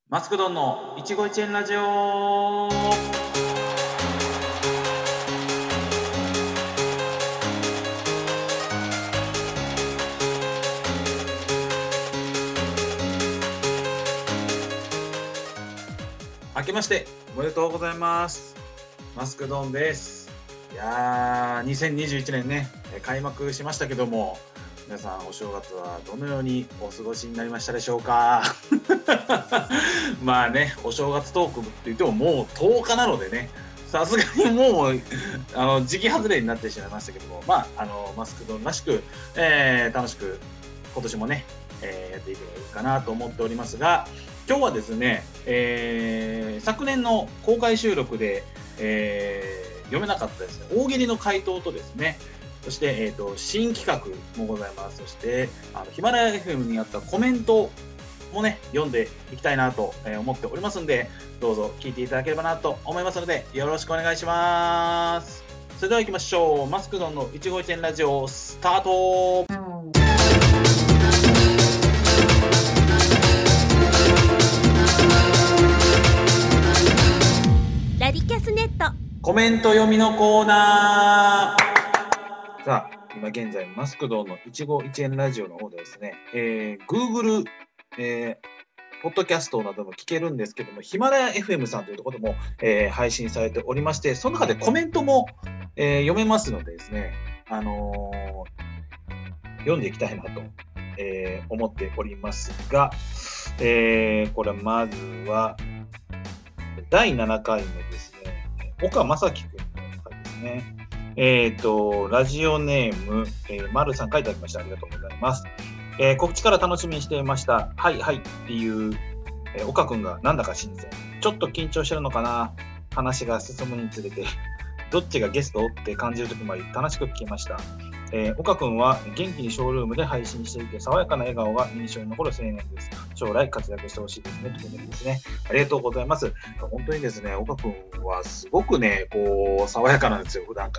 マスクドンの一期一会ラジオ。明けましておめでとうございます。マスクドンです。いやー、2021年ね、開幕しましたけども、皆さんお正月はどのようにお過ごしになりましたでしょうか。まあね、お正月トークって言ってももう10日なのでね、さすがにもう時期外れになってしまいましたけども、マスクドンらしく、楽しく今年もね、やっていけばいいかなと思っておりますが、今日はですね、昨年の公開収録で、読めなかったですね、大喜利の回答とですね、そして、新企画もございます。そしてヒマラヤ FM にあったコメントもね、読んでいきたいなと思っておりますので、どうぞ聞いていただければなと思いますので、よろしくお願いします。それでは行きましょう。マスクドンの一期一会ラジオスタート。 ラディキャスネットコメント読みのコーナー。さあ、今現在マスクドンの一期一会ラジオの方でですね、Google、ポッドキャストなども聞けるんですけども、ヒマラヤ FM さんというところでも、配信されておりまして、その中でコメントも、読めますのでですね、読んでいきたいなと、思っておりますが、これまずは第7回のですね、岡正樹くんの回ですね。ラジオネーム、丸さんからいただきました。ありがとうございます。告知から楽しみにしていました。はいはいっていう、岡くんがなんだか新鮮。ちょっと緊張してるのかな。話が進むにつれて、どっちがゲストって感じるときもあり、楽しく聞きました。岡くんは元気にショールームで配信していて、爽やかな笑顔が印象に残る青年です。将来活躍してほしいですね。ということでですね。ありがとうございます。本当にですね、岡くんはすごくね、こう、爽やかなんですよ、普段から。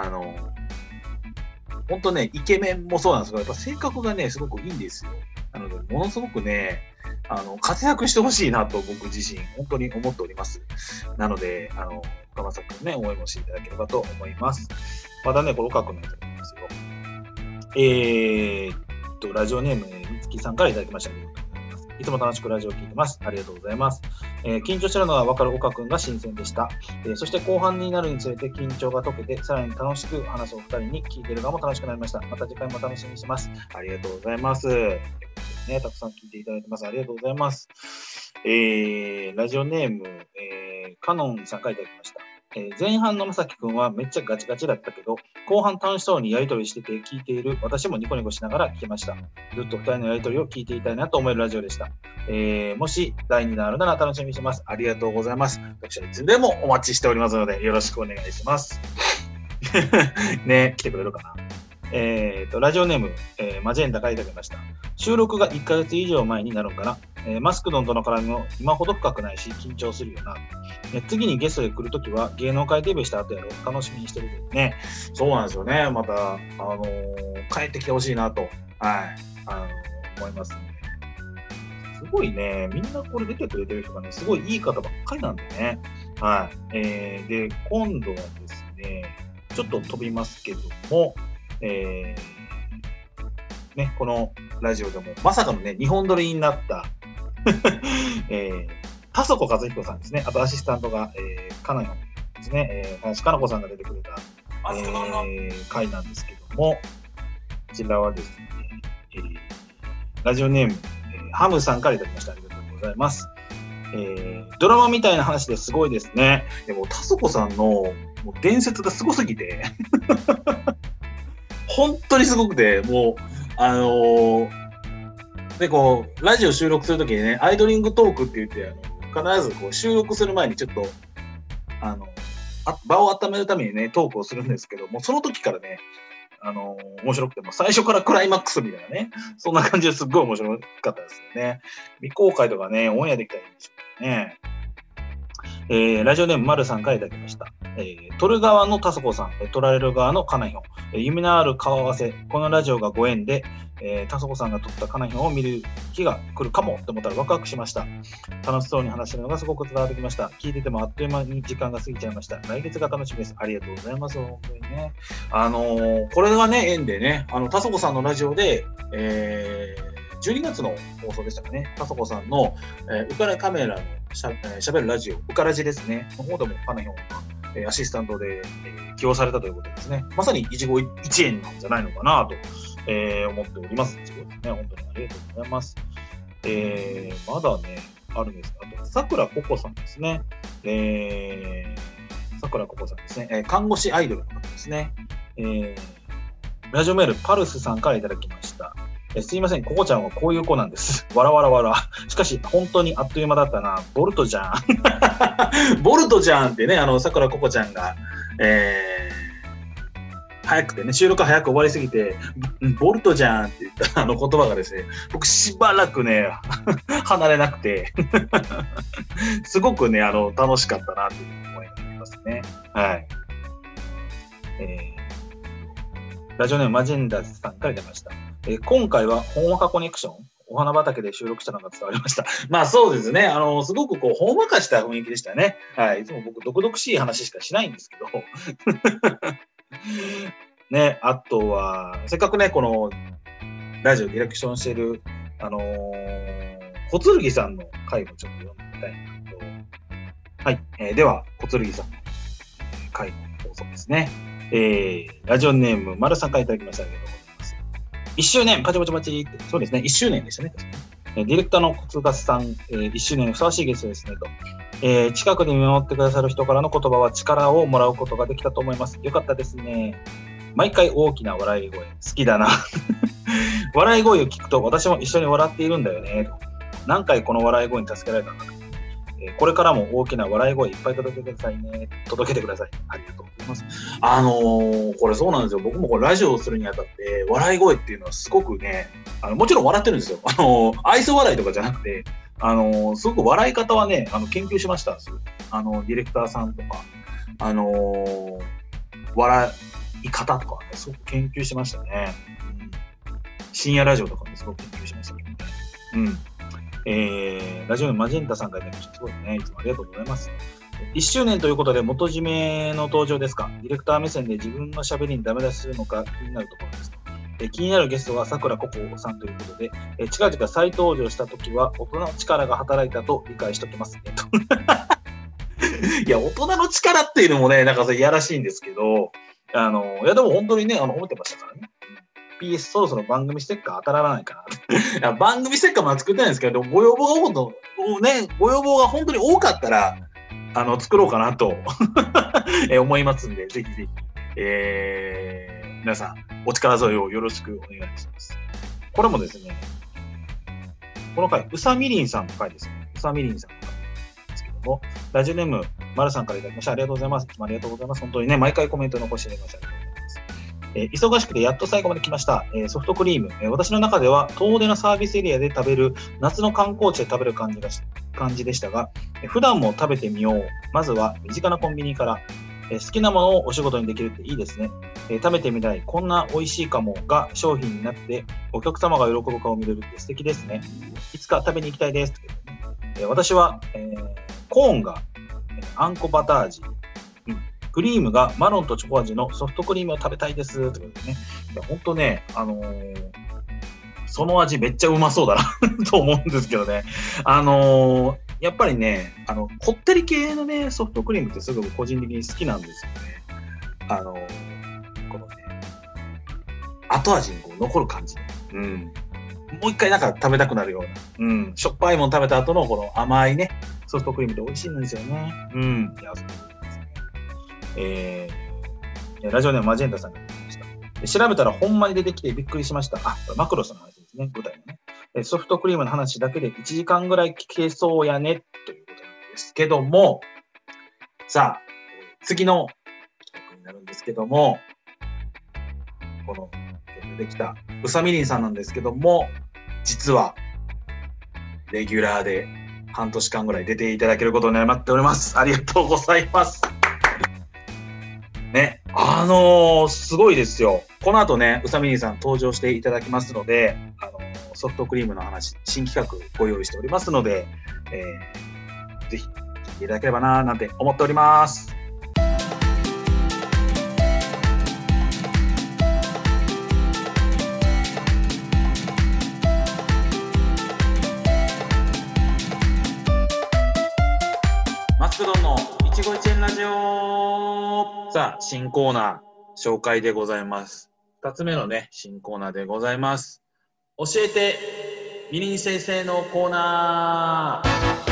本当ね、イケメンもそうなんですけど、やっぱ性格がね、すごくいいんですよ。なので、ものすごくね、活躍してほしいなと僕自身、本当に思っております。なので、岡正君ね、応援もしていただければと思います。まだね、これ岡君のやつなんですよ。ラジオネーム、みつきさんからいただきました。いつも楽しくラジオを聞いてます。ありがとうございます。緊張してるのが分かる岡くんが新鮮でした。そして後半になるにつれて緊張が解けて、さらに楽しく話すお二人に聞いてる側も楽しくなりました。また次回も楽しみにしてます。ありがとうございます。ね、たくさん聞いていただいてます。ありがとうございます。ラジオネーム、カノンさんからいただきました。前半のまさきくんはめっちゃガチガチだったけど、後半楽しそうにやりとりしてて聞いている私もニコニコしながら聞きました。ずっと2人のやりとりを聞いていたいなと思えるラジオでした。もし第2弾あるなら楽しみにしてます。ありがとうございます。私はいつでもお待ちしておりますのでよろしくお願いします。ね、来てくれるかな。ラジオネーム、マジェンダからいただきました。収録が1ヶ月以上前になるんかな。マスクドンとの絡みも今ほど深くないし緊張するよな。次にゲストで来るときは芸能界デビューした後やろ。楽しみにしてるけどね。そうなんですよね。また、帰ってきてほしいなと、はい、思いますね。すごいね、みんなこれ出てくれてる人がね、すごいいい方ばっかりなんでね。はい。で、今度はですね、ちょっと飛びますけども、ね、このラジオでもまさかのね、日本撮りになった、田底和彦さんですね。あとアシスタントが、かなよですね、林かな子さんが出てくれた、回なんですけども、こちらはですね、ラジオネーム、ハムさんからいただきました。ありがとうございます。ドラマみたいな話ですごいですね。でも田底さんのもう伝説がすごすぎて本当にすごくて、もうでこうラジオ収録するときにね、アイドリングトークって言って必ずこう収録する前にちょっと場を温めるためにねトークをするんですけども、その時からね面白くても最初からクライマックスみたいなね、そんな感じですっごい面白かったですよね。未公開とかねオンエアできたらいいんでしょうね。 ラジオネーム丸さんからいただきました。取る側のタソコさん、取られる側のカナヒョン、夢のある顔合わせ、このラジオがご縁で、タソコさんが撮ったカナヒョンを見る日が来るかもと思ったらワクワクしました。楽しそうに話してるのがすごく伝わってきました。聞いててもあっという間に時間が過ぎちゃいました。来月が楽しみです。ありがとうございます。本当にね。これがね、縁でね、タソコさんのラジオで、12月の放送でしたかね、タソコさんの、ウカラカメラのしゃべるラジオ、ウカラジですね、の方でもカナヒョンが、アシスタントで、起用されたということですね。まさに一期一会なんじゃないのかなと、思っております。すごいですね。本当にありがとうございます。まだね、あるんですが、あと、さくらここさんですね。さくらここさんですね。看護師アイドルの方ですね。ラジオメール、パルスさんからいただきました。すいません、ココちゃんはこういう子なんです。わらわらわら。しかし、本当にあっという間だったな。ボルトじゃん。ボルトじゃんってね、さくらココちゃんが、早くてね、収録早く終わりすぎて、ボルトじゃんって言った言葉がですね、僕しばらくね、離れなくて、すごくね、楽しかったなという思いがありますね。はい。ラジオネームマジェンダさんから出ました。今回はほんわかコネクション、お花畑で収録したのが伝わりました。まあそうですね。すごくこう、ほんわかした雰囲気でしたね。はい。いつも僕、毒々しい話しかしないんですけど。ね、あとは、せっかくね、この、ラジオディレクションしてる、小剣さんの回もちょっと読んでみたいんだけど、はい。では、小剣さんの回の放送ですね。ラジオネーム、丸さんからいただきました。ありがとうございます。1周年、パチパチパチって、そうですね、1周年でしたね。ディレクターの小塚さん、1周年ふさわしいゲストですねと、近くで見守ってくださる人からの言葉は力をもらうことができたと思います。よかったですね。毎回大きな笑い声、好きだな。笑い声を聞くと私も一緒に笑っているんだよね。何回この笑い声に助けられたんだと。これからも大きな笑い声いっぱい届けてくださいね。届けてください。ありがとうございます。これそうなんですよ。僕もこれラジオをするにあたって、笑い声っていうのはすごくね、もちろん笑ってるんですよ。愛想笑いとかじゃなくて、すごく笑い方はね、研究しました。ディレクターさんとか、笑い方とか、ね、すごく研究しましたね。深夜ラジオとかもすごく研究しましたけどね。ラジオのマジェンタさんからいただきました。すごいね。いつもありがとうございます。1周年ということで元締めの登場ですか。ディレクター目線で自分の喋りにダメ出しするのか気になるところです。気になるゲストはさくらここさんということで、近々再登場したときは大人の力が働いたと理解しておきますねと。いや、大人の力っていうのもね、なんかそれいやらしいんですけど、いやでも本当にね、褒めてましたからね。PS そろそろ番組ステッカー当たらないかな。いや番組ステッカーまだ作ってないんですけど、ご要望が本当に多かったら、作ろうかなと思いますんで、ぜひぜひ、皆さん、お力添えをよろしくお願いします。これもですね、この回、うさみりんさんの回ですね。うさみりんさんの回ですけども、ラジオネーム、まるさんからいただきました。ありがとうございます。いつもありがとうございます。本当にね、毎回コメント残していただきました。忙しくてやっと最後まで来ました。ソフトクリーム。私の中では遠出のサービスエリアで食べる夏の観光地で食べる感じでしたが、普段も食べてみよう。まずは身近なコンビニから。好きなものをお仕事にできるっていいですね。食べてみたい。こんな美味しいかもが商品になってお客様が喜ぶ顔を見れるって素敵ですね。いつか食べに行きたいです。私は、コーンがあんこバター味。クリームがマロンとチョコ味のソフトクリームを食べたいです。ということでね。ほんとね、その味めっちゃうまそうだなと思うんですけどね。やっぱりね、こってり系のね、ソフトクリームってすごく個人的に好きなんですよね。このね、後味にこう残る感じ。もう一回なんか食べたくなるような。しょっぱいもの食べた後のこの甘いね、ソフトクリームって美味しいんですよね。いや、そうラジオネームマジェンタさんが言ってました。調べたらほんまに出てきてびっくりしました。マクロスの話ですね、舞台のね。ソフトクリームの話だけで1時間ぐらい聞けそうやね、ということなんですけども、さあ、次の企画になるんですけども、この出てきたうさみりんさんなんですけども、実は、レギュラーで半年間ぐらい出ていただけることになっております。ありがとうございます。ね、すごいですよ。この後ね、うさみりんさん登場していただきますので、ソフトクリームの話、新企画ご用意しておりますので、ぜひ聞いていただければななんて思っております。マツクドンの一期一会ラジオ。さあ、新コーナー紹介でございます。2つ目のね、新コーナーでございます。教えてみりん先生のコーナー。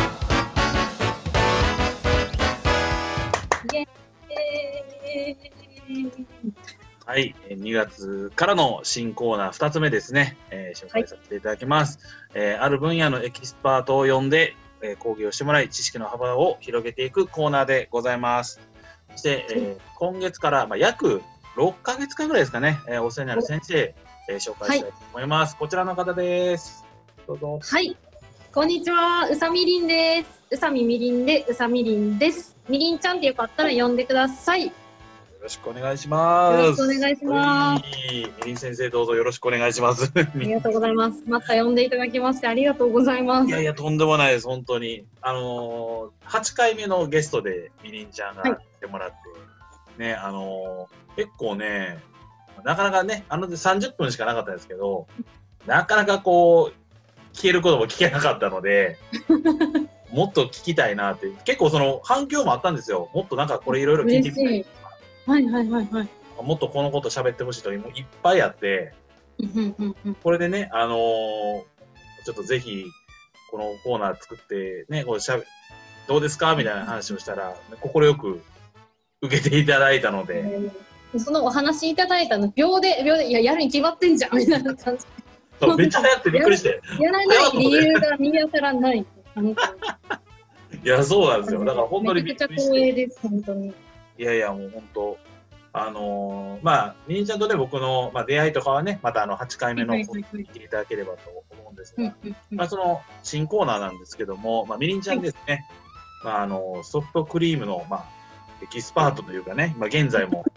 はい、2月からの新コーナー2つ目ですね、紹介させていただきます。ある分野のエキスパートを呼んで、講義をしてもらい知識の幅を広げていくコーナーでございます。そして、今月から、約6ヶ月間ぐらいですかね、お世話になる先生、紹介したいと思います。こちらの方です。どうぞ。 はい、こんにちは、うさみりんです。うさみみりんでうさみりんです。みりんちゃんってよかったら呼んでください。 よろしくお願いします。 よろしくお願いします。 みりん先生、どうぞよろしくお願いします。 ありがとうございます。また呼んでいただきましてありがとうございます。 いやいや、とんでもないです、本当に。8回目のゲストでみりんちゃんが来てもらって、ね、結構ね、なかなかね、30分しかなかったですけど、なかなかこう、聞けることも聞けなかったので、もっと聞きたいなって、結構その反響もあったんですよ。もっとなんかこれいろいろ聞いてみたい。 はいはいはいはい。 もっとこのこと喋ってほしいといっぱいあって、これでね、ちょっとぜひ、このコーナー作って、ね、どうですかみたいな話をしたら、快く受けていただいたので。 そのお話いただいたの、秒で、いや、やるに決まってんじゃんみたいな感じ。 めっちゃ早くてびっくりして。 やらない理由が見当たらない。 いや、そうなんですよ。だから本当にめちゃくちゃ光栄です、本当に。 いやいや、もう本当。みりんちゃんとね、僕の、出会いとかはね、また8回目の方に聞いていただければと思うんですが、その新コーナーなんですけども、みりんちゃんですね、ソフトクリームの、エキスパートというかね、現在も、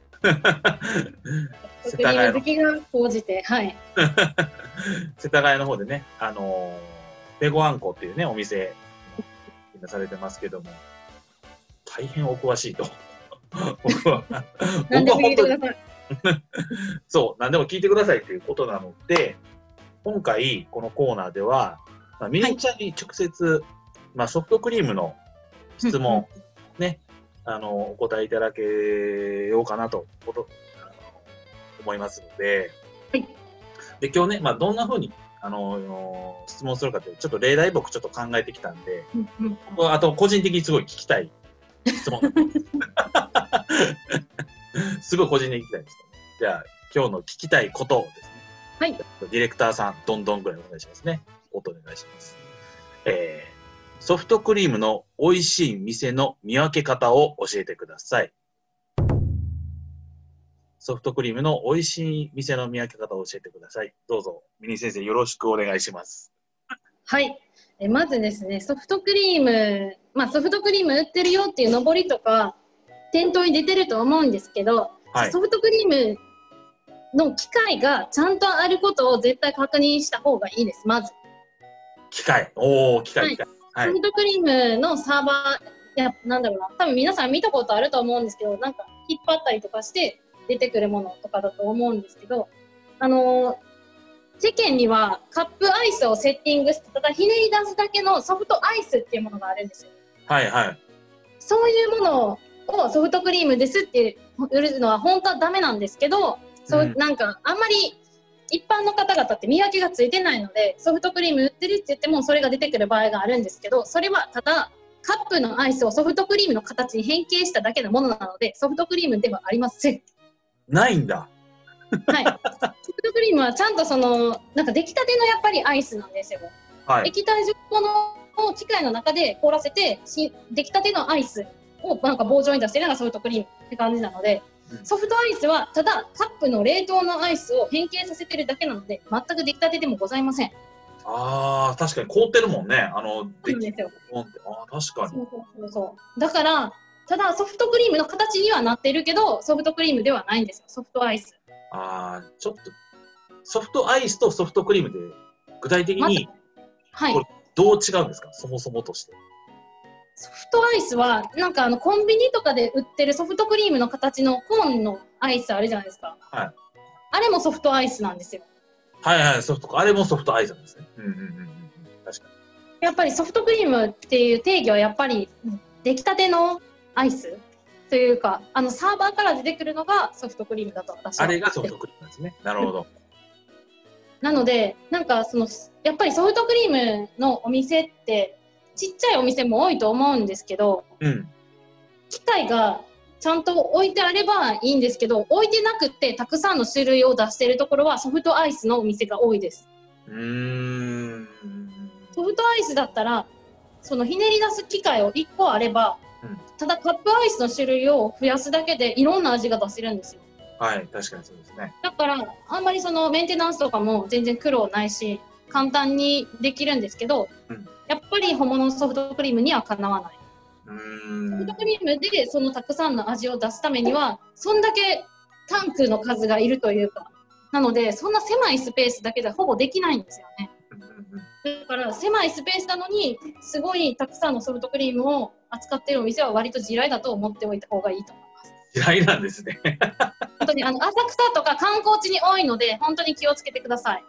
世田谷好きが高じて、はい。 世田谷の方でね、ペゴアンコっていうね、お店、今されてますけども、大変お詳しいと。僕は何でも聞いてください。 そう、何でも聞いてくださいということなので、今回、このコーナーでは、みりんちゃんに直接、ソフトクリームの質問、ね、お答えいただけようかなと思いますので、 はい、 で今日ね、どんな風に質問するかってちょっと例題僕ちょっと考えてきたんで、あと個人的にすごい聞きたい質問すごい個人的に聞きたいですね。じゃあ今日の聞きたいことをですね、 はい、 ディレクターさんどんどんぐらいお願いしますね。音お願いします。ソフトクリームの美味しい店の見分け方を教えてください。ソフトクリームの美味しい店の見分け方を教えてください。どうぞ、みりん先生よろしくお願いします。 はい。まずですね、ソフトクリーム売ってるよっていう上りとか店頭に出てると思うんですけど、はい、ソフトクリームの機械がちゃんとあることを絶対確認した方がいいです。まず機械、機械、 はい、ソフトクリームのサーバー、いや、なんだろうな、多分皆さん見たことあると思うんですけど、なんか引っ張ったりとかして出てくるものとかだと思うんですけど、世間にはカップアイスをセッティングして、ただひねり出すだけのソフトアイスっていうものがあるんですよ。 はいはい。 そういうものをソフトクリームですって売るのは本当はダメなんですけど、なんかあんまり一般の方々って見分けがついてないので、ソフトクリーム売ってるって言ってもそれが出てくる場合があるんですけど、それはただカップのアイスをソフトクリームの形に変形しただけのものなので、ソフトクリームではありません。 ないんだ。 はい、ソフトクリームはちゃんとなんか出来たてのやっぱりアイスなんですよ。はい、液体状の機械の中で凍らせて出来たてのアイスをなんか棒状に出してるのがソフトクリームって感じなので、ソフトアイスはただカップの冷凍のアイスを変形させてるだけなので、全く出来たてでもございません。 ああ、確かに凍ってるもんね。 そうなんですよ。 もんって。ああ、確かに。 そう。だから、ただソフトクリームの形にはなってるけど、ソフトクリームではないんですよ。ソフトアイス。 ああ、ちょっと、ソフトアイスとソフトクリームで、具体的に、 はい。 これ、どう違うんですか、そもそもとして。 ソフトアイスは、なんかコンビニとかで売ってるソフトクリームの形のコーンのアイスあるじゃないですか。 はい。 あれもソフトアイスなんですよ。 はいはい、あれもソフトアイスなんですね。うんうんうんうん。確かに。 やっぱりソフトクリームっていう定義はやっぱり出来たてのアイスというか、サーバーから出てくるのがソフトクリームだと私は。 あれがソフトクリームなんですね。なるほど。 なので、なんかやっぱりソフトクリームのお店ってちっちゃいお店も多いと思うんですけど、 うん。 機械がちゃんと置いてあればいいんですけど、置いてなくってたくさんの種類を出しているところはソフトアイスのお店が多いです。ソフトアイスだったらそのひねり出す機械を1個あれば、ただカップアイスの種類を増やすだけでいろんな味が出せるんですよ。 はい、確かにそうですね。 だからあんまりメンテナンスとかも全然苦労ないし簡単にできるんですけど、やっぱり本物のソフトクリームにはかなわない。ソフトクリームでそのたくさんの味を出すためにはそんだけタンクの数がいるというか、なのでそんな狭いスペースだけでほぼできないんですよね。だから狭いスペースなのにすごいたくさんのソフトクリームを扱っているお店は割と地雷だと思っておいた方がいいと思います。 地雷なんですね。 本当に浅草とか観光地に多いので本当に気をつけてください。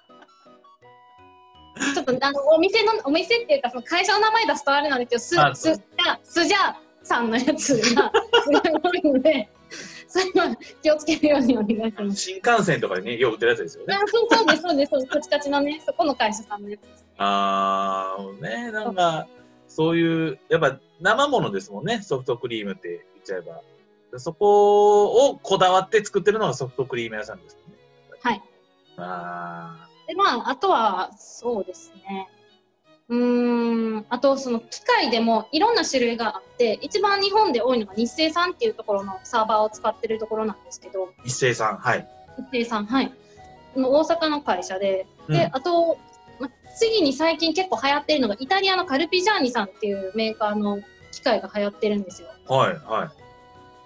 ちょっとお店っていうかその会社の名前出すとあれなんですけど、スジャさんのやつがすごい多いので、それは気をつけるようにお願いします。 新幹線とかでね、よく売ってるやつですよね。 そうです、カチカチのね、そこの会社さんのやつです。 ね、なんか、そういう、やっぱ生ものですもんね、ソフトクリームって言っちゃえば。そこをこだわって作ってるのがソフトクリーム屋さんですもんね。 はい。で、あとは、そうですね。あと、機械でもいろんな種類があって、一番日本で多いのが日清さんっていうところのサーバーを使ってるところなんですけど。 日清さん、はい。 日清さん、はい。大阪の会社で、あと、次に最近結構流行ってるのが、イタリアのカルピジャーニさんっていうメーカーの機械が流行ってるんですよ。 はい、はい。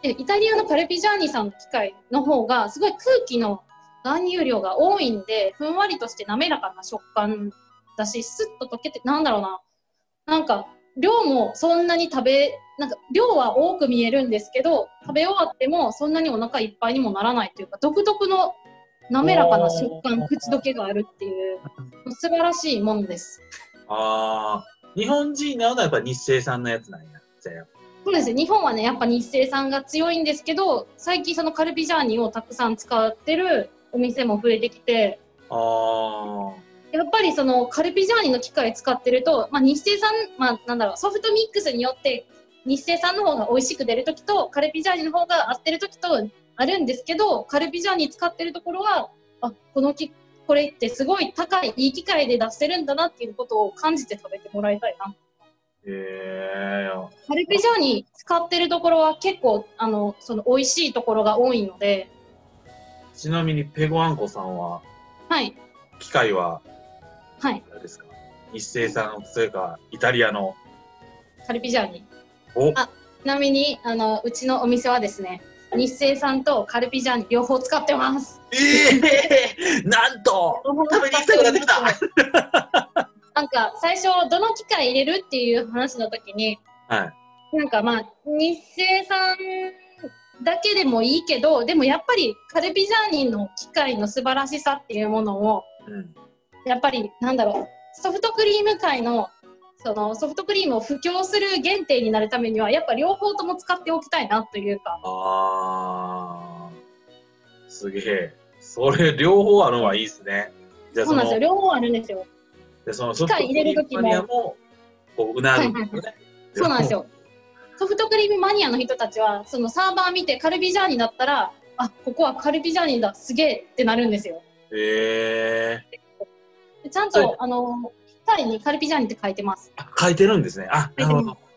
で、イタリアのカルピジャーニさんの機械の方が、すごい空気の含有量が多いんで、ふんわりとして滑らかな食感だし、スッと溶けて、なんだろうな。なんか、量もそんなになんか、量は多く見えるんですけど、食べ終わってもそんなにお腹いっぱいにもならないというか、独特の滑らかな食感、口どけがあるっていう、素晴らしいものです。 日本人なのはやっぱ日清さんのやつなんや。 そうですね。日本はね、やっぱ日清さんが強いんですけど、最近そのカルピジャーニをたくさん使ってるお店も増えてきて、やっぱりそのカルピジャーニの機械使ってると、日清さん、ソフトミックスによって日清さんの方が美味しく出るときと、カルピジャーニの方が合ってるときとあるんですけど、カルピジャーニ使ってるところは、これってすごい高い、いい機械で出してるんだなっていうことを感じて食べてもらいたいな。カルピジャーニ使ってるところは結構美味しいところが多いので。 ちなみにペゴアンコさんは、 はい、 機械ははい、 あれですか、日清さん、それかイタリアのカルピジャーニ。ちなみにうちのお店はですね、日清さんとカルピジャーニ両方使ってます。 なんと食べに行きたくなってきた。 なんか最初どの機械入れるっていう話の時に、なんか日清さんだけでもいいけど、でもやっぱりカルピジャーニの機械の素晴らしさっていうものを、やっぱりソフトクリーム界のソフトクリームを布教する原点になるためにはやっぱ両方とも使っておきたいなというか。 すげえ。それ両方あるのはいいですね。 そうなんですよ、両方あるんですよ。 でソフトクリームマニアもうなるんですよね。 そうなんですよ。ソフトクリームマニアの人たちはそのサーバー見てカルピジャーニだったら、ここはカルピジャーニだ、すげえってなるんですよ。ちゃんと機械にカルピジャーニって書いてます。 書いてるんですね。なるほど。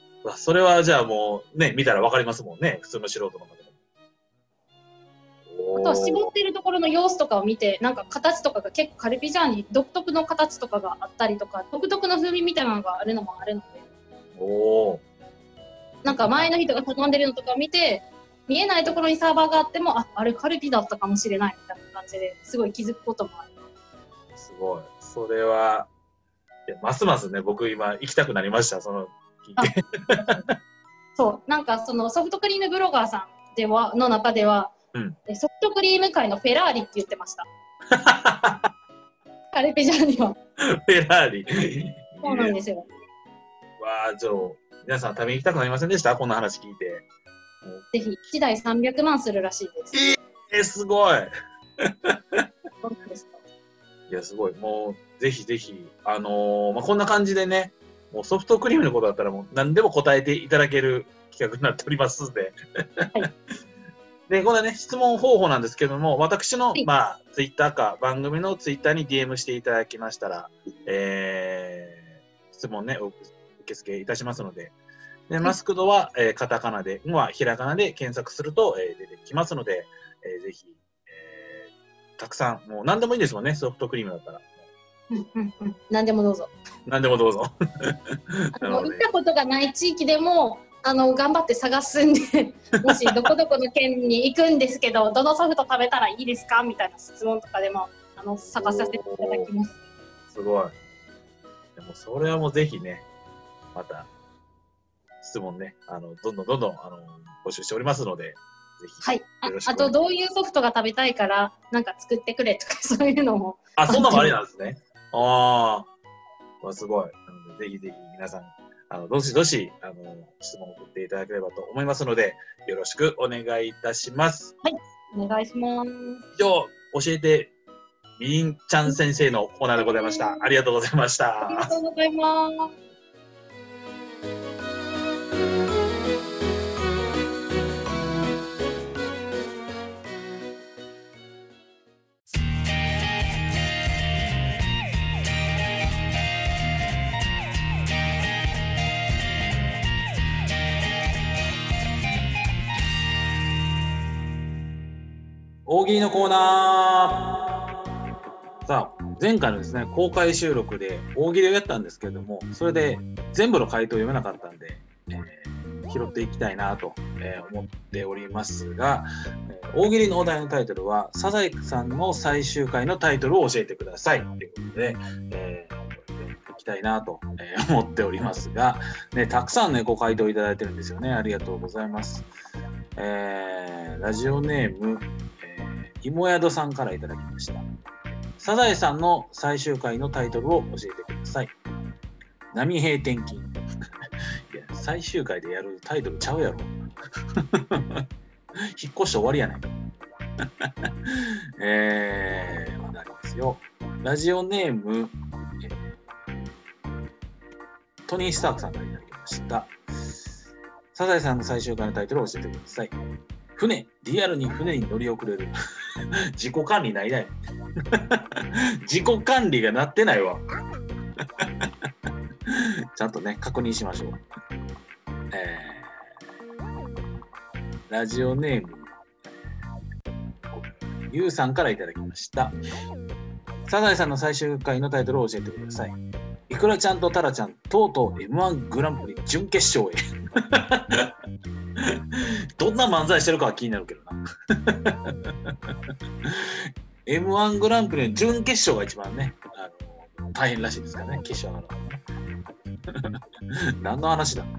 それはじゃあもうね、見たらわかりますもんね、普通の素人の方でも。 とは絞ってるところの様子とかを見て、なんか形とかが結構カルピジャーニ独特の形とかがあったりとか、独特の風味みたいなのがあるのもあるので、 おー。 なんか前の人が頼んでるのとかを見て、見えないところにサーバーがあっても、あれカルピだったかもしれないみたいな感じですごい気づくこともある。 すごい。それは、いやますますね、僕今行きたくなりました、その聞いて。 そう、なんかそのソフトクリームブロガーさんの中では、ソフトクリーム界のフェラーリって言ってました。カルピジャーニは。 フェラーリ。 そうなんですよ。 わあ、皆さん食べに行きたくなりませんでした？こんな話聞いて。 ぜひ、1台300万するらしいです。 すごい。 そうなんですか。 いや、すごい。もう、ぜひぜひ、こんな感じでね、もうソフトクリームのことだったらもう何でも答えていただける企画になっておりますんで。はい、で、これね、質問方法なんですけども、私の、ツイッターか、番組のツイッターに DM していただきましたら、質問ね、受付いたしますので、でマスクドは、カタカナで、ひらがなで検索すると、出てきますので、ぜひ、たくさん、もう何でもいいですもんね、ソフトクリームだったら。 何でもどうぞ。 何でもどうぞ。 行ったことがない地域でも、頑張って探すんで、もしどこどこの県に行くんですけど、どのソフト食べたらいいですかみたいな質問とかでも、探させていただきます。 すごい。でもそれはもうぜひね、また、質問ね、どんどん募集しておりますので、ぜひ。 はい。あと、どういうソフトが食べたいから、なんか作ってくれとか、そういうのも。 そんなのもありなんですね。すごい。なので、ぜひぜひ皆さん、どしどし、質問を送っていただければと思いますので、よろしくお願いいたします。 はい。お願いします。 以上、教えて、みりんちゃん先生のコーナーでございました。ありがとうございました。 ありがとうございます。 大喜利のコーナー。さあ、前回のですね、公開収録で大喜利をやったんですけれども、それで全部の回答を読めなかったんで、拾っていきたいなと思っておりますが、大喜利のお題のタイトルは、サザエさんの最終回のタイトルを教えてくださいということで、いきたいなと思っておりますが、ね、たくさんね、ご回答いただいてるんですよね。ありがとうございます。ラジオネーム、芋宿さんからいただきました。サザエさんの最終回のタイトルを教えてください。波平転勤。いや、最終回でやるタイトルちゃうやろ。引っ越して終わりやないか。まだありますよ。ラジオネーム、トニー・スタークさんからいただきました。サザエさんの最終回のタイトルを教えてください。リアルに船に乗り遅れる。自己管理ないない。自己管理がなってないわ。ちゃんとね、確認しましょう。ラジオネーム、ゆうさんからいただきました。サザエさんの最終回のタイトルを教えてください。いくらちゃんとタラちゃん、とうとう M1 グランプリ準決勝へ。どんな漫才してるかは気になるけどな。M1 グランプリの準決勝が一番ね、大変らしいですからね、決勝上がるの。何の話だ、こ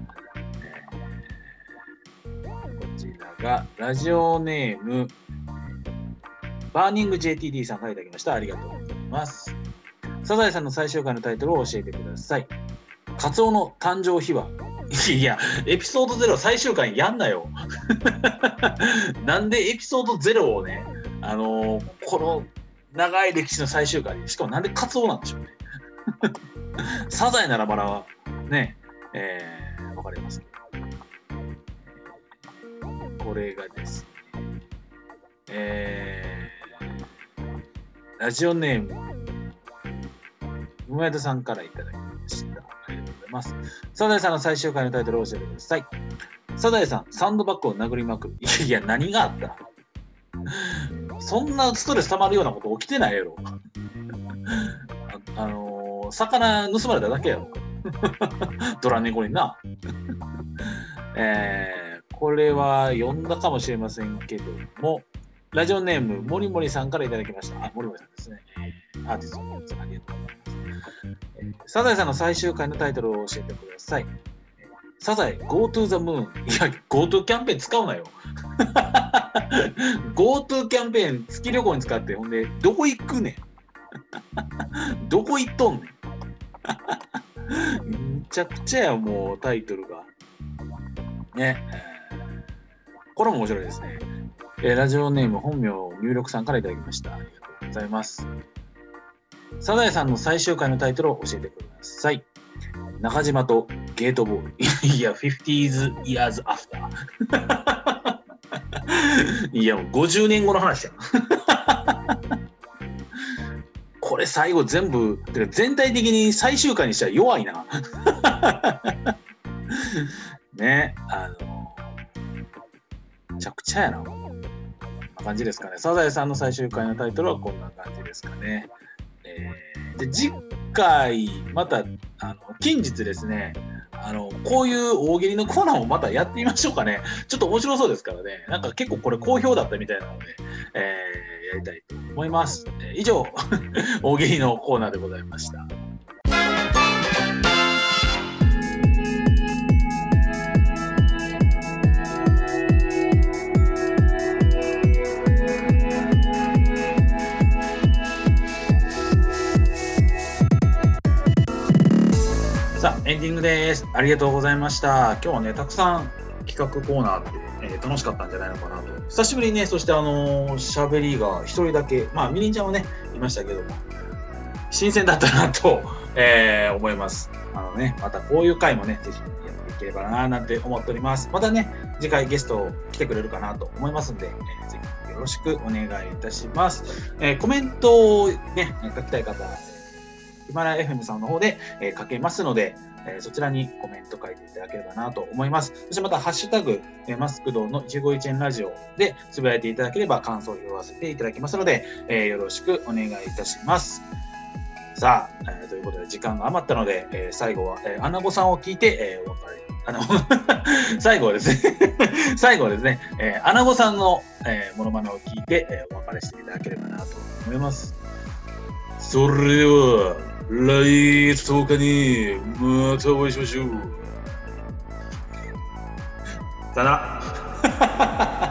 ちらが、ラジオネーム、バーニング JTD さんからいただきました。ありがとうございます。サザエさんの最終回のタイトルを教えてください。カツオの誕生秘話。いや、エピソード0最終回やんなよ。なんでエピソード0をね、この長い歴史の最終回で、しかもなんでカツオなんでしょうね。サザエならばらね、わかりますけど。これがですね、ラジオネーム、梅田さんからいただきました。ありがとうございます。サザエさんの最終回のタイトルを教えてください。サザエさん、サンドバッグを殴りまくる。いや、何があったそんなストレス溜まるようなこと起きてないやろ。魚盗まれただけやろ。ドラ猫にな。これは読んだかもしれませんけども、ラジオネーム、もりもりさんからいただきました。もりもりさんですね。アーティストの皆さん、ありがとうございます。サザエさんの最終回のタイトルを教えてください。サザエ、Go to the Moon。いや、GoTo キャンペーン使うなよ。GoTo キャンペーン、月旅行に使って、ほんで、どこ行くねん。どこ行っとんねん。めちゃくちゃや、もう、タイトルが。ね。これも面白いですね。ラジオネーム、本名入力さんからいただきました。ありがとうございます。サザエさんの最終回のタイトルを教えてください。中島とゲートボール。いや、50s years after。いや、もう50年後の話や。これ最後全部、てか全体的に最終回にしたら弱いな。ね、めちゃくちゃやな。こんな感じですかね。サザエさんの最終回のタイトルはこんな感じですかね。で次回、また、近日ですね、こういう大喜利のコーナーもまたやってみましょうかね。ちょっと面白そうですからね。なんか結構これ好評だったみたいなので、やりたいと思います。以上、大喜利のコーナーでございました。さあ、エンディングです。ありがとうございました。今日はね、たくさん企画コーナーで、楽しかったんじゃないのかなと。久しぶりにね、そして喋りが一人だけ、まあ、みりんちゃんはね、いましたけども、新鮮だったなと、思います。またこういう回もね、ぜひやっていければな、なんて思っております。またね、次回ゲスト来てくれるかなと思いますんで、ぜひよろしくお願いいたします。コメントをね、書きたい方、ヒマラヤ FM さんの方で、書けますので、そちらにコメント書いていただければなと思います。そしてまた、ハッシュタグ、マスクドの151円ラジオでつぶやいていただければ感想を拾わせていただきますので、よろしくお願いいたします。さあ、ということで時間が余ったので、最後は、アナゴさんを聞いて、お別れ。最後はですね、アナゴさんの、モノマネを聞いて、お別れしていただければなと思います。それでは、来月10日にまたお会いしましょう。さよなら。